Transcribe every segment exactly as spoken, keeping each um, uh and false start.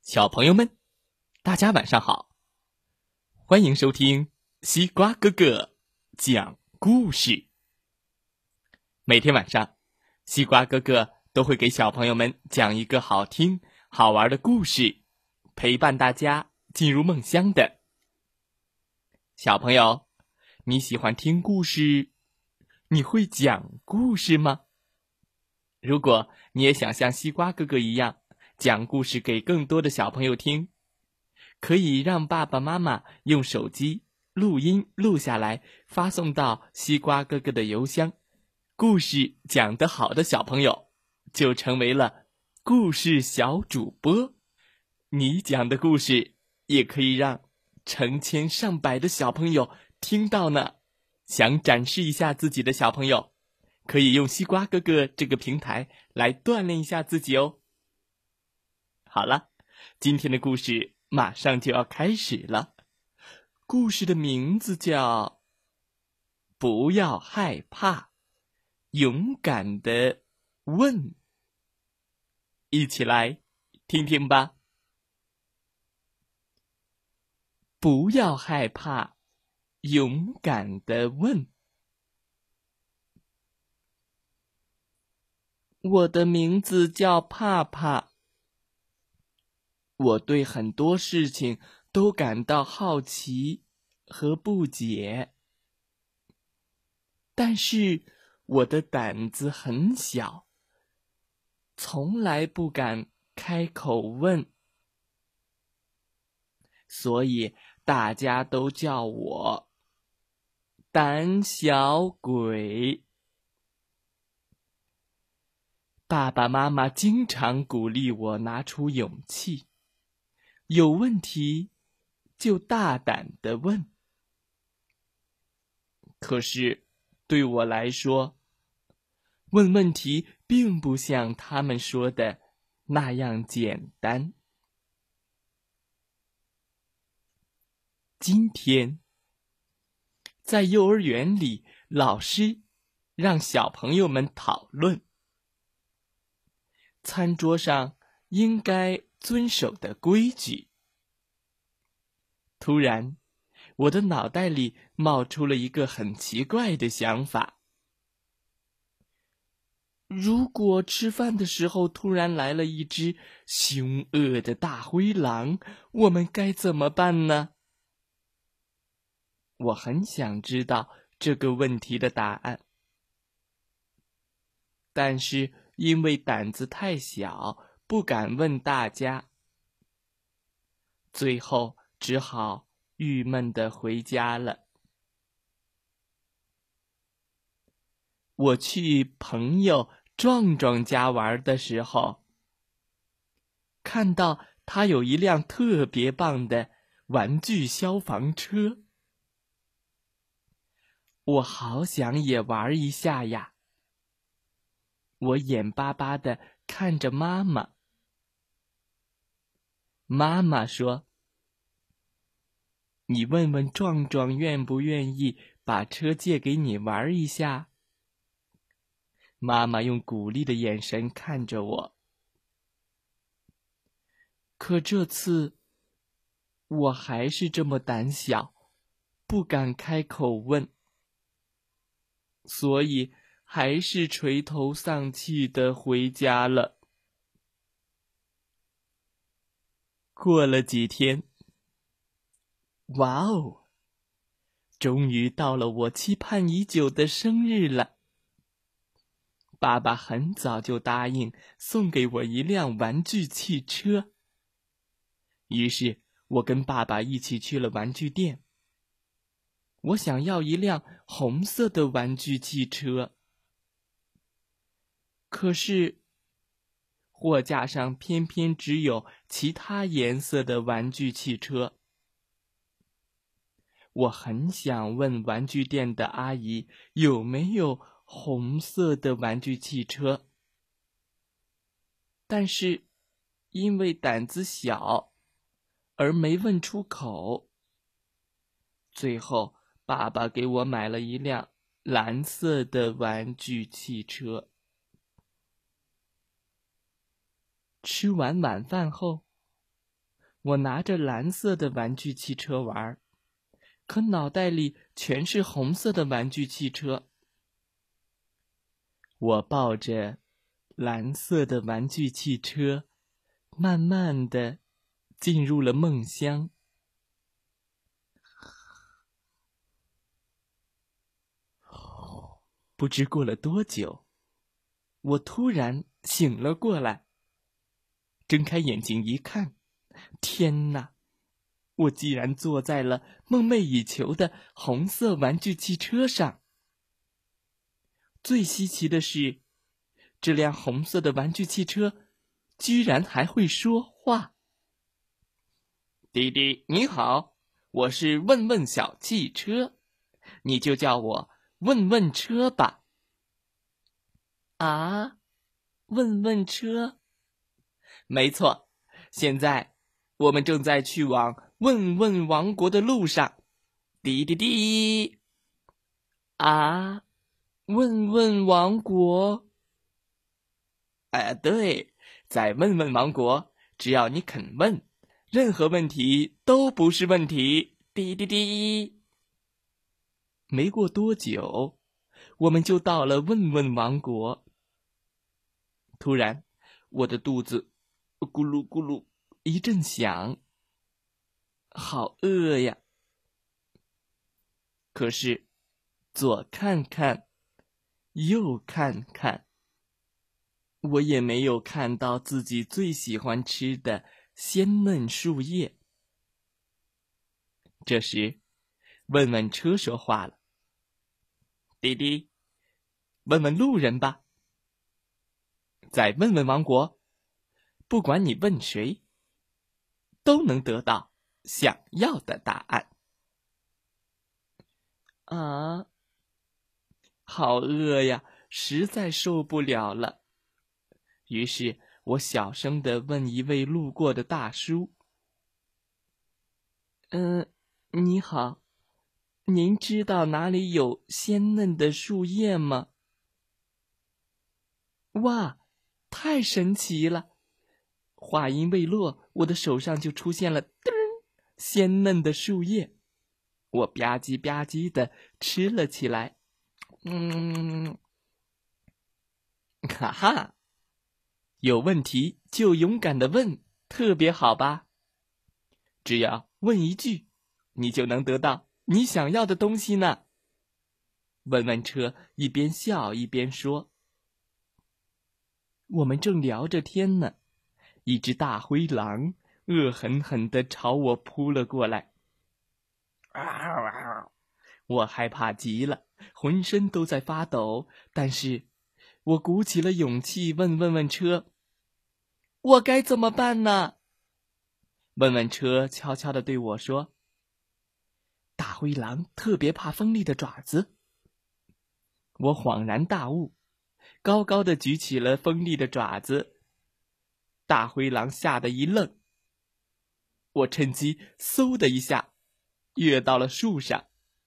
小朋友们，大家晚上好，欢迎收听西瓜哥哥讲故事。每天晚上，西瓜哥哥都会给小朋友们讲一个好听好玩的故事，陪伴大家进入梦乡的。小朋友，你喜欢听故事？你会讲故事吗？如果你也想像西瓜哥哥一样讲故事给更多的小朋友听，可以让爸爸妈妈用手机录音录下来，发送到西瓜哥哥的邮箱。故事讲得好的小朋友就成为了故事小主播，你讲的故事也可以让成千上百的小朋友听到呢。想展示一下自己的小朋友，可以用西瓜哥哥这个平台来锻炼一下自己哦。好了，今天的故事马上就要开始了。故事的名字叫不要害怕，勇敢地问。一起来听听吧。不要害怕，勇敢地问。我的名字叫帕帕，我对很多事情都感到好奇和不解，但是我的胆子很小，从来不敢开口问，所以大家都叫我胆小鬼。爸爸妈妈经常鼓励我拿出勇气，有问题就大胆地问。可是对我来说，问问题并不像他们说的那样简单。今天，在幼儿园里，老师让小朋友们讨论餐桌上应该遵守的规矩。突然，我的脑袋里冒出了一个很奇怪的想法。如果吃饭的时候突然来了一只凶恶的大灰狼，我们该怎么办呢？我很想知道这个问题的答案，但是因为胆子太小，不敢问大家，最后只好郁闷地回家了。我去朋友壮壮家玩的时候，看到他有一辆特别棒的玩具消防车，我好想也玩一下呀。我眼巴巴地看着妈妈，妈妈说：“你问问壮壮愿不愿意把车借给你玩一下？”妈妈用鼓励的眼神看着我。可这次，我还是这么胆小，不敢开口问，所以还是垂头丧气地回家了。过了几天，哇哦，终于到了我期盼已久的生日了。爸爸很早就答应送给我一辆玩具汽车。于是我跟爸爸一起去了玩具店。我想要一辆红色的玩具汽车，可是货架上偏偏只有其他颜色的玩具汽车。我很想问玩具店的阿姨有没有红色的玩具汽车，但是因为胆子小而没问出口。最后爸爸给我买了一辆蓝色的玩具汽车。吃完晚饭后， 我拿着蓝色的玩具汽车玩，可脑袋里全是红色的玩具汽车。我抱着蓝色的玩具汽车，慢慢地进入了梦乡。不知过了多久，我突然醒了过来，睁开眼睛一看，天哪！我竟然坐在了梦寐以求的红色玩具汽车上。最稀奇的是，这辆红色的玩具汽车居然还会说话。弟弟你好，我是问问小汽车，你就叫我问问车吧。啊，问问车？没错，现在我们正在去往问问王国的路上。滴滴滴！啊，问问王国？哎，对，在问问王国，只要你肯问，任何问题都不是问题。滴滴滴！没过多久，我们就到了问问王国。突然，我的肚子咕噜咕噜一阵响，好饿呀！可是，左看看，右看看，我也没有看到自己最喜欢吃的鲜嫩树叶。这时，问问车说话了：“弟弟，问问路人吧。在问问王国，不管你问谁，都能得到想要的答案。”啊，好饿呀，实在受不了了。于是我小声地问一位路过的大叔：“嗯，你好，您知道哪里有鲜嫩的树叶吗？”哇，太神奇了！话音未落，我的手上就出现了噔鲜嫩的树叶，我吧唧吧唧地吃了起来。嗯，哈哈，有问题就勇敢地问，特别好吧？只要问一句，你就能得到你想要的东西呢。问问车一边笑一边说。我们正聊着天呢，一只大灰狼恶狠狠地朝我扑了过来。我害怕极了，浑身都在发抖，但是我鼓起了勇气问问问车：“我该怎么办呢？”问问车悄悄地对我说：“大灰狼特别怕锋利的爪子。”我恍然大悟，高高地举起了锋利的爪子。大灰狼吓得一愣，我趁机嗖的一下跃到了树上。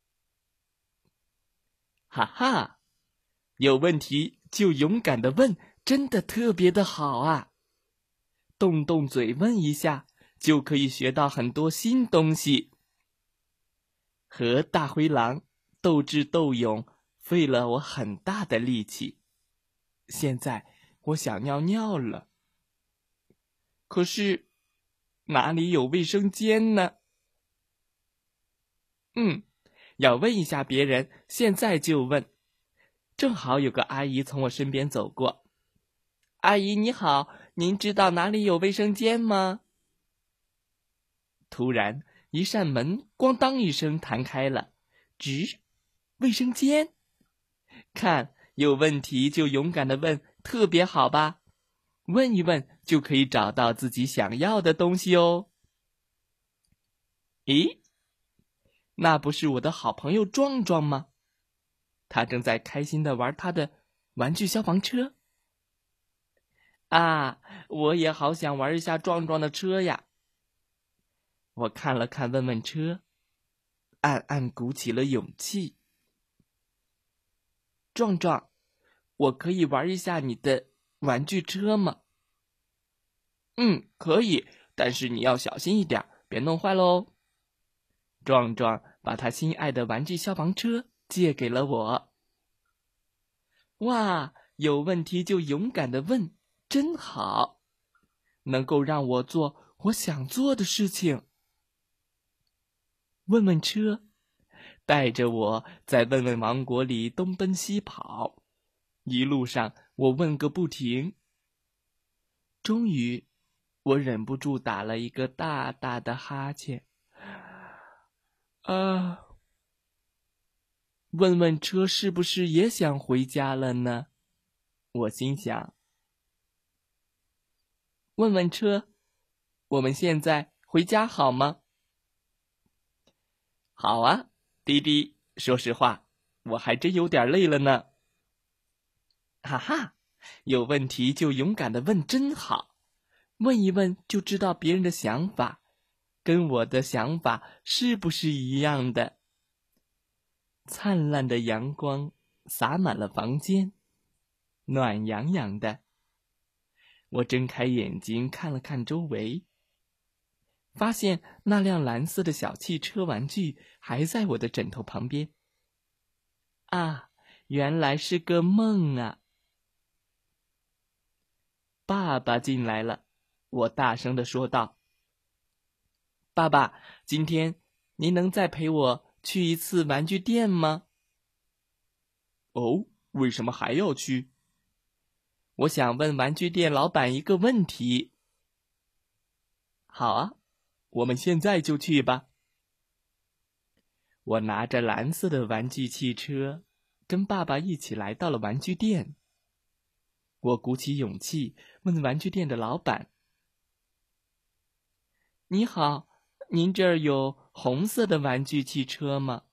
哈哈，有问题就勇敢地问，真的特别的好啊！动动嘴问一下，就可以学到很多新东西。和大灰狼斗智斗勇，费了我很大的力气。现在我想尿尿了，可是哪里有卫生间呢？嗯。要问一下别人，现在就问。正好有个阿姨从我身边走过。阿姨你好，您知道哪里有卫生间吗？突然，一扇门咣当一声弹开了。吱，卫生间？看，有问题就勇敢地问，特别好吧？问一问就可以找到自己想要的东西哦。咦？那不是我的好朋友壮壮吗？他正在开心地玩他的玩具消防车。啊，我也好想玩一下壮壮的车呀。我看了看问问车，暗暗鼓起了勇气。壮壮，我可以玩一下你的玩具车吗？嗯，可以， 但是你要小心一点，别弄坏了哦。壮壮把他心爱的玩具消防车借给了我。哇，有问题就勇敢地问，真好，能够让我做我想做的事情。问问车带着我在问问王国里东奔西跑，一路上我问个不停。终于我忍不住打了一个大大的哈欠。啊，问问车是不是也想回家了呢？我心想。问问车，我们现在回家好吗？好啊，滴滴，说实话，我还真有点累了呢。哈哈，有问题就勇敢地问真好，问一问就知道别人的想法，跟我的想法是不是一样的？灿烂的阳光洒满了房间，暖洋洋的。我睁开眼睛看了看周围，发现那辆蓝色的小汽车玩具还在我的枕头旁边。啊，原来是个梦啊！爸爸进来了，我大声地说道：“爸爸，今天您能再陪我去一次玩具店吗？”哦，为什么还要去？我想问玩具店老板一个问题。好啊，我们现在就去吧。我拿着蓝色的玩具汽车，跟爸爸一起来到了玩具店。我鼓起勇气问玩具店的老板：“你好，您这儿有红色的玩具汽车吗？”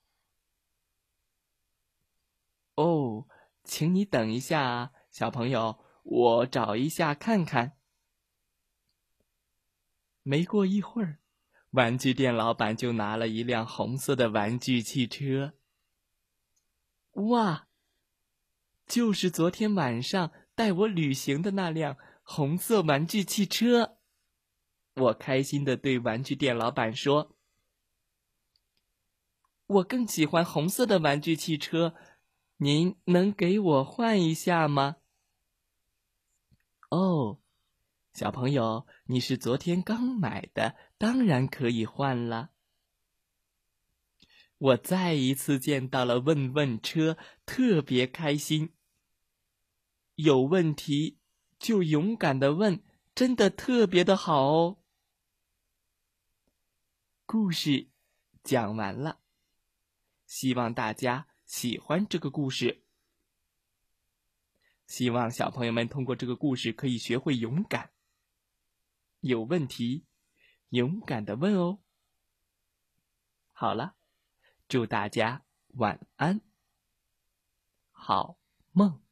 哦，请你等一下啊，小朋友，我找一下看看。没过一会儿，玩具店老板就拿了一辆红色的玩具汽车。哇，就是昨天晚上带我旅行的那辆红色玩具汽车。我开心地对玩具店老板说：“我更喜欢红色的玩具汽车，您能给我换一下吗？”哦，小朋友，你是昨天刚买的，当然可以换了。我再一次见到了问问车，特别开心。有问题就勇敢地问，真的特别的好哦。故事讲完了，希望大家喜欢这个故事。希望小朋友们通过这个故事可以学会勇敢。有问题，勇敢地问哦。好了，祝大家晚安，好梦。